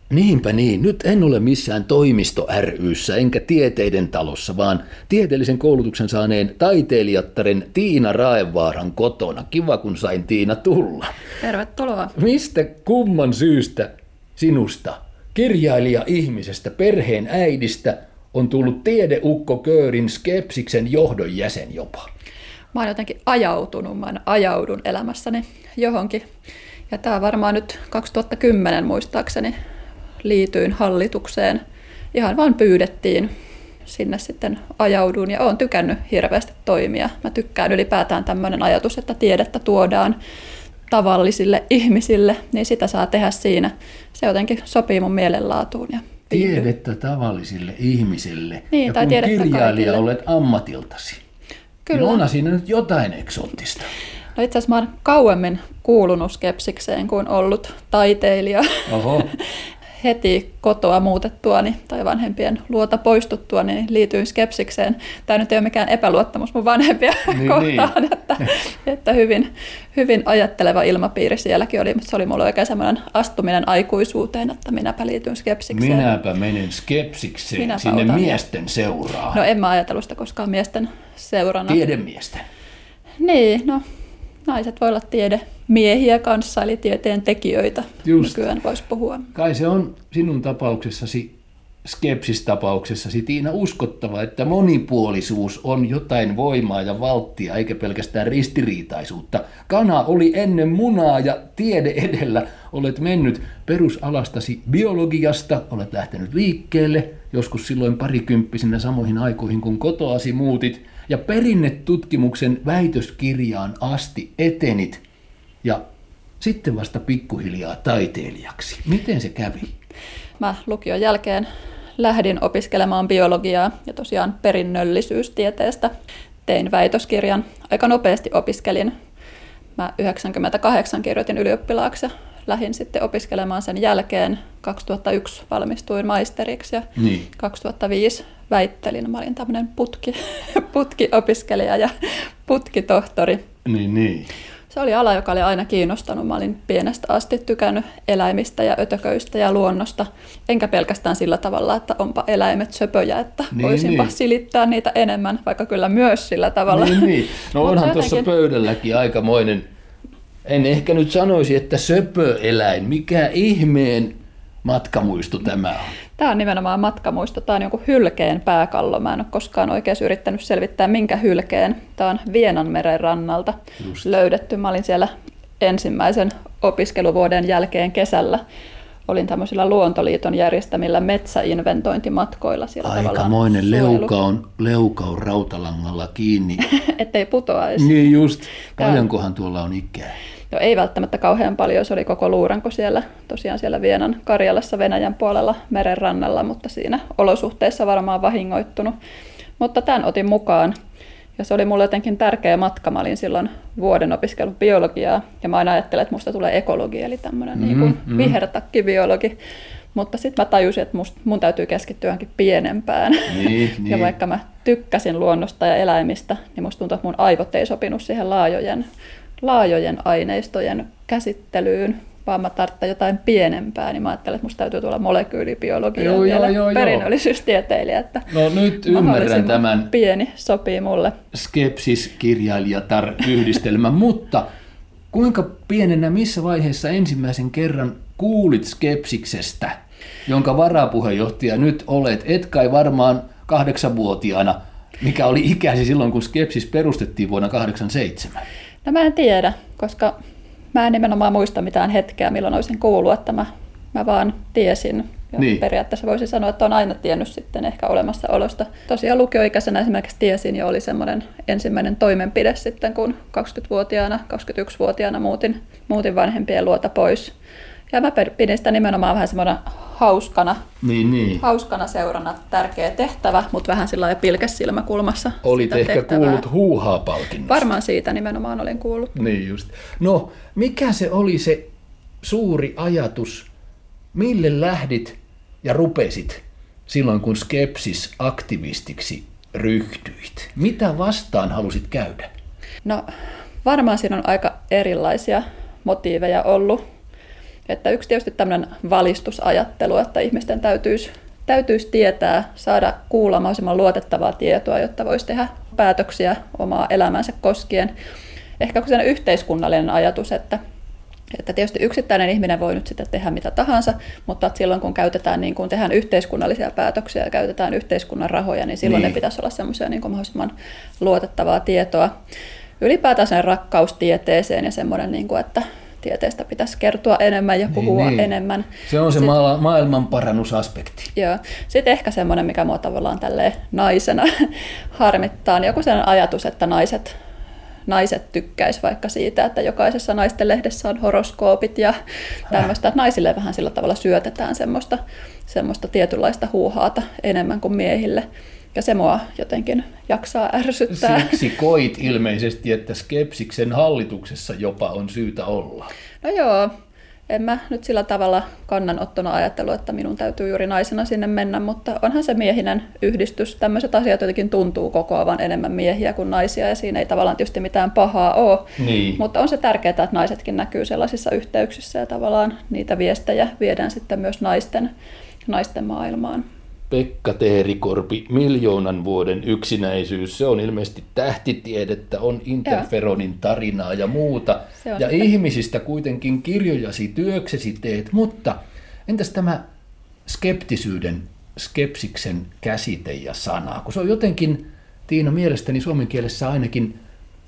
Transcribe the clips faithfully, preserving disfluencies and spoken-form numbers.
Niinpä niin. Nyt en ole missään toimisto ry:ssä enkä tieteiden talossa, vaan tieteellisen koulutuksen saaneen taiteilijattaren Tiina Raevaaran kotona. Kiva, kun sain Tiina tulla. Tervetuloa. Mistä kumman syystä sinusta, kirjailija-ihmisestä, perheen äidistä, on tullut tiedeukko Köörin Skepsiksen johdon jäsen jopa? Mä oon jotenkin ajautunut, mä aina ajaudun elämässäni johonkin. Ja tää varmaan nyt kaksituhattakymmenen muistaakseni liityin hallitukseen. Ihan vaan pyydettiin. Sinne sitten ajaudun ja oon tykännyt hirveästi toimia. Mä tykkään ylipäätään tämmöinen ajatus, että tiedettä tuodaan tavallisille ihmisille, niin sitä saa tehdä siinä. Se jotenkin sopii mun mielenlaatuun. Ja tiedettä tavallisille ihmisille. Niin, ja tai kun tiedettä kirjailija kaikille. Olet ammatiltasi, Kyllä. niin onhan siinä nyt jotain eksoottista. No itse asiassa mä oon kauemmin kuulunut Skepsikseen kuin ollut taiteilija. Oho. Heti kotoa muutettuani tai vanhempien luota poistuttuani niin liityin Skepsikseen. Tämä nyt ei ole mikään epäluottamus mun vanhempia niin, kohtaan, niin. Että, että hyvin, hyvin ajatteleva ilmapiiri sielläkin oli. Se oli mulla oikein semmoinen astuminen aikuisuuteen, että minäpä liityin Skepsikseen. Minäpä menen Skepsikseen, Minäpä sinne otan. miesten seuraan. No en mä ajatellut sitä koskaan miesten seurana. Tiedemiesten. Niin, no naiset voi olla tiedemiehiä kanssa, eli tieteen tekijöitä. Just. Nykyään voisi puhua. Kai se on sinun tapauksessasi, Skepsis-tapauksessasi, Tiina, uskottava, että monipuolisuus on jotain voimaa ja valttia, eikä pelkästään ristiriitaisuutta. Kana oli ennen munaa ja tiede edellä olet mennyt perusalastasi biologiasta, olet lähtenyt liikkeelle, joskus silloin parikymppisenä samoihin aikoihin kun kotoasi muutit, ja perinnetutkimuksen väitöskirjaan asti etenit, ja sitten vasta pikkuhiljaa taiteilijaksi. Miten se kävi? Mä lukion jälkeen lähdin opiskelemaan biologiaa ja tosiaan perinnöllisyystieteestä. Tein väitöskirjan. Aika nopeasti opiskelin. Mä yhdeksänkymmentäkahdeksan kirjoitin ylioppilaaksi ja lähdin sitten opiskelemaan sen jälkeen. kaksituhattayksi valmistuin maisteriksi ja Niin. kaksituhattaviisi väittelin. Mä olin tämmöinen putki, putkiopiskelija ja putkitohtori. Niin, niin. Se oli ala, joka oli aina kiinnostanut. Mä olin pienestä asti tykännyt eläimistä ja ötököistä ja luonnosta. Enkä pelkästään sillä tavalla, että onpa eläimet söpöjä, että Niin, voisinpa niin. silittää niitä enemmän, vaikka kyllä myös sillä tavalla. Niin, niin. No Mutta onhan tuossa jotenkin- pöydälläkin aikamoinen, en ehkä nyt sanoisi, että söpöeläin. Mikä ihmeen matkamuisto tämä on? Tämä on nimenomaan matkamuisto. Tämä on jonkun hylkeen pääkallo. Mä en ole koskaan oikein yrittänyt selvittää, minkä hylkeen. Tämä on Vienanmeren rannalta Just. löydetty. Mä olin siellä ensimmäisen opiskeluvuoden jälkeen kesällä. Olin tämmöisillä Luontoliiton järjestämillä metsäinventointimatkoilla. Siellä Aikamoinen tavallaan leuka on, leuka on rautalangalla kiinni. suojelu- ettei putoaisi. Niin just. Paljonkohan tuolla on ikää? No ei välttämättä kauhean paljon, se oli koko luuranko siellä, tosiaan siellä Vienan Karjalassa Venäjän puolella meren rannalla, mutta siinä olosuhteissa varmaan vahingoittunut. Mutta tämän otin mukaan ja se oli mulle jotenkin tärkeä matka. Mä olin silloin vuoden opiskellut biologiaa ja mä aina ajattelin, että musta tulee ekologi, eli tämmöinen Mm, niin kuin mm. vihertakkibiologi. Mutta sitten mä tajusin, että must, mun täytyy keskittyä johonkin pienempään. Niin, Ja niin. vaikka mä tykkäsin luonnosta ja eläimistä, niin musta tuntuu, että mun aivot ei sopinut siihen laajojen, laajojen aineistojen käsittelyyn, vaan mä tarvitsen jotain pienempää, niin mä ajattelin, että musta täytyy tulla molekyylibiologia Joo, ja joo, vielä joo, joo. perinnöllisyystieteilijä, että No nyt ymmärrän mahdollisimman tämän pieni sopii mulle. Skepsis-kirjailijatar-yhdistelmän, mutta kuinka pienenä, missä vaiheessa ensimmäisen kerran kuulit Skepsiksestä, jonka varapuheenjohtaja nyt olet, et kai varmaan kahdeksanvuotiaana, mikä oli ikäsi silloin, kun Skepsis perustettiin vuonna kahdeksankymmentäseitsemän? No mä en tiedä, koska mä en nimenomaan muista mitään hetkeä, milloin olisin kuullut, että mä, mä vaan tiesin. Ja Niin. periaatteessa voisin sanoa, että olen aina tiennyt sitten ehkä olemassaolosta. Tosiaan lukioikäisenä esimerkiksi tiesin ja oli semmoinen ensimmäinen toimenpide sitten, kun kaksikymmentävuotiaana, kaksikymmentäyksivuotiaana muutin, muutin vanhempien luota pois. Ja mä pidin sitä nimenomaan vähän semmoinen hauskana, Niin, niin. hauskana seurana tärkeä tehtävä, mutta vähän sillä lailla pilkäsilmäkulmassa. Olit sitä ehkä tehtävää. kuullut huuhaa-palkinnosta. Varmaan siitä nimenomaan olin kuullut. Niin just. No, mikä se oli se suuri ajatus, mille lähdit ja rupesit silloin, kun Skepsis-aktivistiksi ryhtyit? Mitä vastaan halusit käydä? No varmaan siinä on aika erilaisia motiiveja ollut. Että yksi tietysti tämmöinen valistusajattelu, että ihmisten täytyisi, täytyisi tietää, saada kuulla mahdollisimman luotettavaa tietoa, jotta voisi tehdä päätöksiä omaa elämänsä koskien. Ehkä kun sellainen yhteiskunnallinen ajatus, että Että tietysti yksittäinen ihminen voi nyt sitten tehdä mitä tahansa, mutta silloin kun käytetään, niin kun tehdään yhteiskunnallisia päätöksiä ja käytetään yhteiskunnan rahoja, niin silloin niin. ne pitäisi olla semmoisia niin kuin mahdollisimman luotettavaa tietoa. Ylipäätään sen rakkaus tieteeseen ja semmoinen, niin kuin, että tieteestä pitäisi kertoa enemmän ja puhua niin, niin. enemmän. Se on se Sitten, ma- maailmanparannusaspekti. Joo. Sitten ehkä semmoinen, mikä mua tavallaan tälleen naisena harmittaa, niin joku sellainen ajatus, että naiset naiset tykkäisivät vaikka siitä, että jokaisessa naisten lehdessä on horoskoopit ja tämmöistä, että naisille vähän sillä tavalla syötetään semmoista, semmoista tietynlaista huuhaata enemmän kuin miehille. Ja se mua jotenkin jaksaa ärsyttää. Siksi koit ilmeisesti, että Skepsiksen hallituksessa jopa on syytä olla. No joo. En mä nyt sillä tavalla kannanottona ajatellut, että minun täytyy juuri naisena sinne mennä, mutta onhan se miehinen yhdistys. Tämmöiset asiat jotenkin tuntuu kokoavan enemmän miehiä kuin naisia ja siinä ei tavallaan tietysti mitään pahaa ole. Niin. Mutta on se tärkeää, että naisetkin näkyy sellaisissa yhteyksissä ja tavallaan niitä viestejä viedään sitten myös naisten, naisten maailmaan. Pekka Teerikorpi, miljoonan vuoden yksinäisyys, se on ilmeisesti tähtitiedettä, on interferonin tarinaa ja muuta. Ja sitä. Ihmisistä kuitenkin kirjojasi työksesi teet, mutta entäs tämä skeptisyyden, skepsiksen käsite ja sana? Kun se on jotenkin, Tiina, mielestäni suomen kielessä ainakin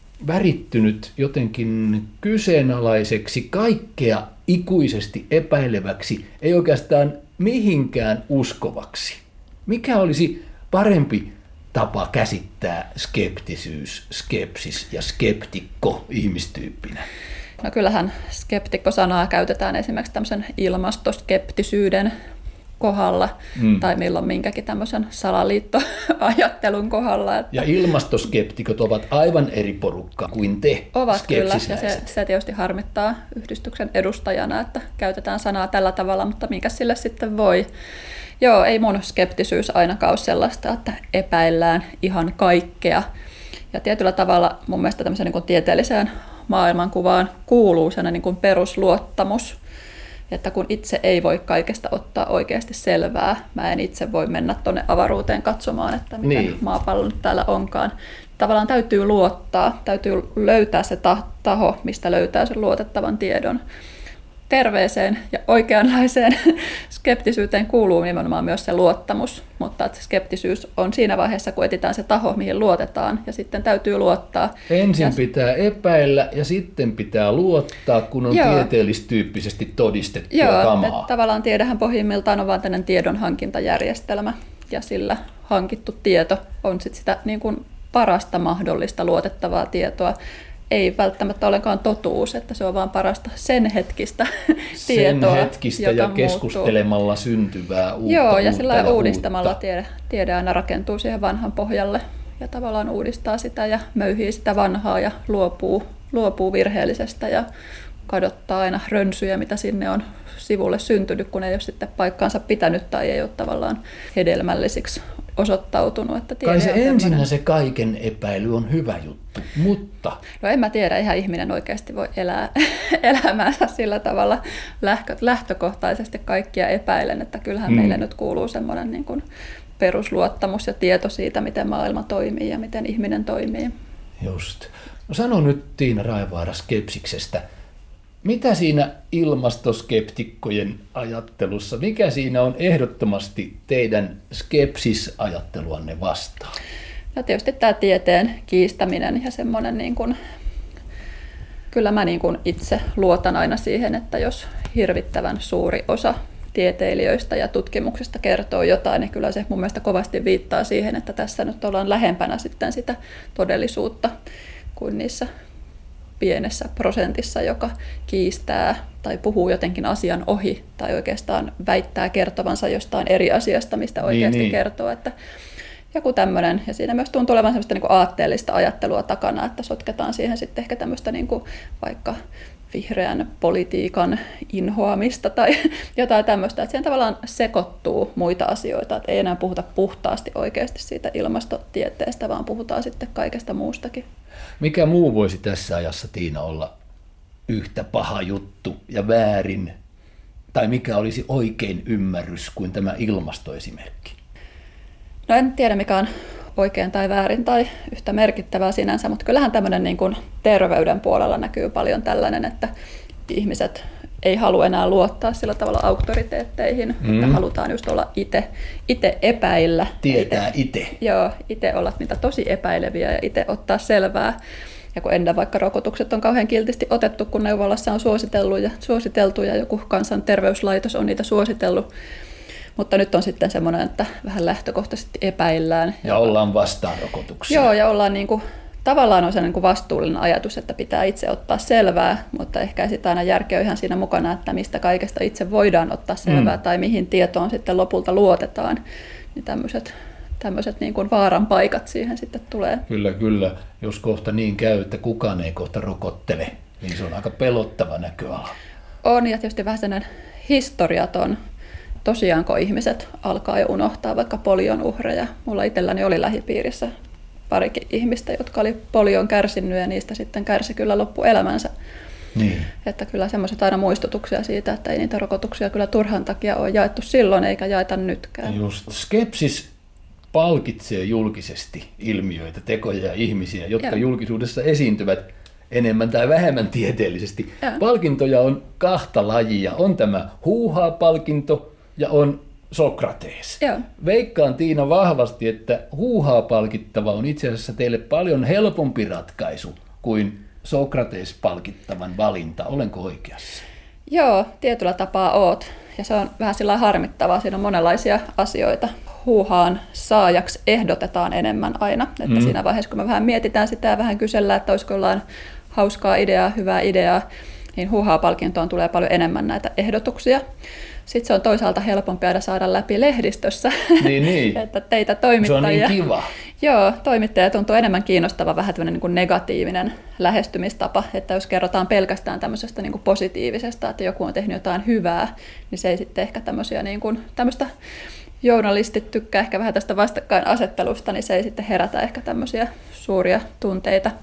värittynyt jotenkin kyseenalaiseksi, kaikkea ikuisesti epäileväksi, ei oikeastaan mihinkään uskovaksi. Mikä olisi parempi tapa käsittää skeptisyys, skepsis ja skeptikko ihmistyyppinä? No kyllähän skeptikko-sanaa käytetään esimerkiksi tämmöisen ilmastoskeptisyyden kohdalla mm. tai milloin minkäkin tämmöisen salaliittoajattelun kohdalla. Että ja ilmastoskeptikot ovat aivan eri porukka kuin te. Ovat kyllä, ja se, se tietysti harmittaa yhdistyksen edustajana, että käytetään sanaa tällä tavalla, mutta minkä sille sitten voi. Joo, ei mun skeptisyys ainakaan ole sellaista, että epäillään ihan kaikkea. Ja tietyllä tavalla mun mielestä tämmöiseen niin kuin tieteelliseen maailmankuvaan kuuluu sellainen niin kuin perusluottamus, että kun itse ei voi kaikesta ottaa oikeasti selvää, mä en itse voi mennä tuonne avaruuteen katsomaan, että miten niin. maapallo nyt täällä onkaan. Tavallaan täytyy luottaa, täytyy löytää se taho, mistä löytää sen luotettavan tiedon. Terveeseen ja oikeanlaiseen skeptisyyteen kuuluu nimenomaan myös se luottamus, mutta että skeptisyys on siinä vaiheessa, kun etsitään se taho, mihin luotetaan, ja sitten täytyy luottaa. Ensin ja pitää epäillä ja sitten pitää luottaa, kun on joo. tieteellistyyppisesti todistettua joo, kamaa. Joo, tavallaan tiedehän pohjimmiltaan on vain tämmöinen tiedonhankintajärjestelmä, ja sillä hankittu tieto on sit sitä niin kuin parasta mahdollista luotettavaa tietoa. Ei välttämättä ollenkaan totuus, että se on vaan parasta sen hetkistä tietoa, sen hetkistä ja muuttuu. Keskustelemalla syntyvää uutta. Joo, ja uutta sillä ja uudistamalla tiede, tiede aina rakentuu siihen vanhan pohjalle ja tavallaan uudistaa sitä ja möyhii sitä vanhaa ja luopuu, luopuu virheellisestä ja kadottaa aina rönsyjä, mitä sinne on sivulle syntynyt, kun ei ole sitten paikkaansa pitänyt tai ei ole tavallaan hedelmällisiksi osoittautunut. Että kai se ensinnä se kaiken epäily on hyvä juttu, mutta... No en mä tiedä, ihan ihminen oikeasti voi elää elämäänsä sillä tavalla lähtökohtaisesti kaikkia epäilen, että kyllähän mm. meille nyt kuuluu semmoinen niin kuin perusluottamus ja tieto siitä, miten maailma toimii ja miten ihminen toimii. Just. No sano nyt Tiina Raivaara skepsiksestä. Mitä siinä ilmastoskeptikkojen ajattelussa, mikä siinä on ehdottomasti teidän skepsisajatteluanne vastaan? No tietysti tämä tieteen kiistäminen ja semmoinen, niin kuin, kyllä mä niin kuin itse luotan aina siihen, että jos hirvittävän suuri osa tieteilijöistä ja tutkimuksista kertoo jotain, niin kyllä se mun mielestä kovasti viittaa siihen, että tässä nyt ollaan lähempänä sitten sitä todellisuutta kuin niissä pienessä prosentissa, joka kiistää tai puhuu jotenkin asian ohi tai oikeastaan väittää kertovansa jostain eri asiasta, mistä oikeasti niin, kertoo. Että joku tämmöinen, ja siinä myös tuntuu olevan semmoista niin kuin aatteellista ajattelua takana, että sotketaan siihen sitten ehkä tämmöistä niin kuin vaikka vihreän politiikan inhoamista tai jotain tämmöistä, että siihen tavallaan sekoittuu muita asioita, että ei enää puhuta puhtaasti oikeasti siitä ilmastotieteestä, vaan puhutaan sitten kaikesta muustakin. Mikä muu voisi tässä ajassa, Tiina, olla yhtä paha juttu ja väärin Tai mikä olisi oikein ymmärrys kuin tämä ilmastoesimerkki? No en tiedä mikä on oikein tai väärin tai yhtä merkittävää sinänsä, mutta kyllähän tämmöinen niin kuin terveyden puolella näkyy paljon tällainen, että ihmiset ei halua enää luottaa sillä tavalla auktoriteetteihin, mm. että halutaan just olla itse, itse epäillä. Tietää itse. Joo, itse olla niitä tosi epäileviä ja itse ottaa selvää. Ja kun ennen vaikka rokotukset on kauhean kiltisti otettu, kun neuvolassa on suositeltu ja, suositeltu ja joku kansanterveyslaitos on niitä suositellut. Mutta nyt on sitten semmoinen, että vähän lähtökohtaisesti epäillään. Ja ollaan vastaan rokotuksia. Joo, ja ollaan niin kuin, tavallaan on se niin kuin vastuullinen ajatus, että pitää itse ottaa selvää, mutta ehkä sitä aina järkeä ihan siinä mukana, että mistä kaikesta itse voidaan ottaa selvää mm. tai mihin tietoon sitten lopulta luotetaan. Niin tämmöiset, tämmöiset niin kuin vaaran paikat siihen sitten tulee. Kyllä, kyllä. Jos kohta niin käy, että kukaan ei kohta rokottele, niin se on aika pelottava näköala. On, ja tietysti vähän sellainen historiaton. Tosiaanko ihmiset alkaa jo unohtaa vaikka polion uhreja. Mulla itselläni oli lähipiirissä parikin ihmistä, jotka oli polion kärsinyt ja niistä sitten kärsi kyllä loppuelämänsä. Niin. Että kyllä semmoiset aina muistutuksia siitä, että ei niitä rokotuksia kyllä turhan takia ole jaettu silloin eikä jaeta nytkään. Just skepsis palkitsee julkisesti ilmiöitä, tekoja ja ihmisiä, jotka ja. julkisuudessa esiintyvät enemmän tai vähemmän tieteellisesti. Ja. Palkintoja on kahta lajia. On tämä huuhaa-palkinto ja on Sokrates. Ja. Veikkaan Tiina vahvasti, että huuhaa palkittava on itse asiassa teille paljon helpompi ratkaisu kuin Sokrates palkittavan valinta. Olenko oikeassa? Joo, tietyllä tapaa oot. Ja se on vähän sillä harmittavaa. Siinä on monenlaisia asioita. Huuhaan saajaksi ehdotetaan enemmän aina. Että mm. siinä vaiheessa, kun me vähän mietitään sitä ja vähän kysellään, että olisiko jollain hauskaa ideaa, hyvää ideaa, niin huuhaa-palkintoon tulee paljon enemmän näitä ehdotuksia. Sitten se on toisaalta helpompi aina saada läpi lehdistössä, niin, niin. että teitä toimittajia. Se on niin kiva. Joo, toimittaja tuntuu enemmän kiinnostava vähän tämmöinen niin kuin negatiivinen lähestymistapa, että jos kerrotaan pelkästään tämmöisestä niin kuin positiivisesta, että joku on tehnyt jotain hyvää, niin se ei sitten ehkä tämmöisiä niin kuin, tämmöistä journalistit tykkää ehkä vähän tästä vastakkainasettelusta, niin se ei sitten herätä ehkä tämmöisiä suuria tunteita.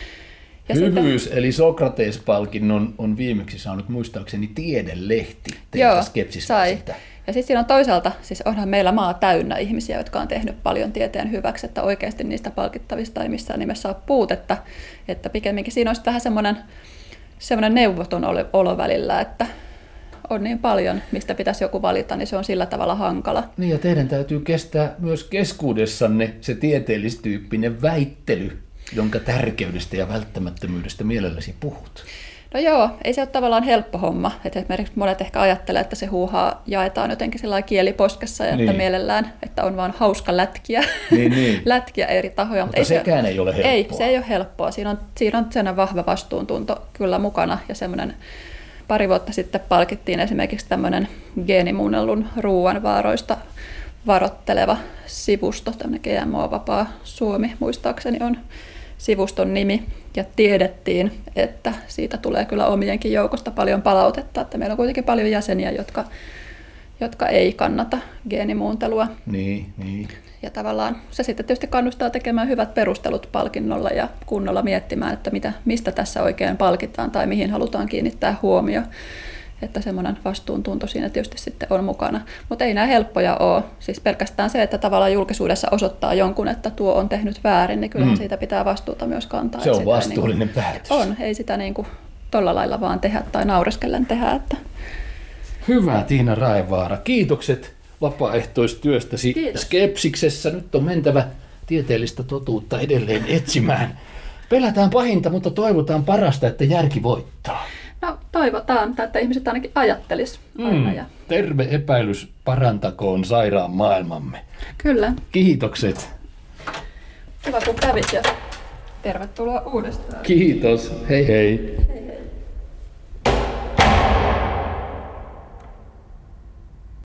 Ja Hyvyys, sitten, eli Sokrates-palkinnon on viimeksi saanut muistaakseni Tiedelehti teiltä Skepsis-sitä. Ja sitten siinä on toisaalta, siis onhan meillä maa täynnä ihmisiä, jotka on tehnyt paljon tieteen hyväksi, että oikeasti niistä palkittavista ei missään nimessä ole puutetta. Että pikemminkin siinä olisi vähän semmoinen, semmoinen neuvoton olo välillä, että on niin paljon, mistä pitäisi joku valita, niin se on sillä tavalla hankala. Niin ja teidän täytyy kestää myös keskuudessanne se tieteellistyyppinen väittely, jonka tärkeydestä ja välttämättömyydestä mielelläsi puhut. No joo, ei se ole tavallaan helppo homma. Että esimerkiksi monet ehkä ajattelee, että se huuhaa jaetaan jotenkin sellainen kieliposkessa ja niin. että mielellään, että on vaan hauska lätkiä, niin, niin. lätkiä eri tahoja. Mutta, mutta sekään se, ei ole helppoa. Ei, se ei ole helppoa. Siinä on, siinä on sellainen vahva vastuuntunto kyllä mukana ja semmoinen pari vuotta sitten palkittiin esimerkiksi tämmöinen geenimuunnellun ruoan vaaroista varoitteleva sivusto, tämmöinen G M O-vapaa Suomi muistaakseni on sivuston nimi, ja tiedettiin, että siitä tulee kyllä omienkin joukosta paljon palautetta, että meillä on kuitenkin paljon jäseniä, jotka, jotka ei kannata geenimuuntelua. Niin, niin. Ja tavallaan se sitten tietysti kannustaa tekemään hyvät perustelut palkinnolla ja kunnolla miettimään, että mitä, mistä tässä oikein palkitaan tai mihin halutaan kiinnittää huomio. Että semmoinen vastuuntunto siinä tietysti sitten on mukana. Mutta ei nämä helppoja ole. Siis pelkästään se, että tavallaan julkisuudessa osoittaa jonkun, että tuo on tehnyt väärin, niin kyllähän mm. siitä pitää vastuuta myös kantaa. Se on vastuullinen niin kuin, päätös. On, ei sitä niin kuin tolla lailla vaan tehdä tai naureskellen tehdä. Että. Hyvä Tiina Raevaara. Kiitokset vapaaehtoistyöstäsi Kiitos. Skepsiksessä. Nyt on mentävä tieteellistä totuutta edelleen etsimään. Pelätään pahinta, mutta toivotaan parasta, että järki voittaa. No toivotaan, että ihmiset ainakin ajattelis aina. Mm, terve epäilys parantakoon sairaan maailmamme. Kyllä. Kiitokset. Hyvä kun kävit ja tervetuloa uudestaan. Kiitos. Hei hei.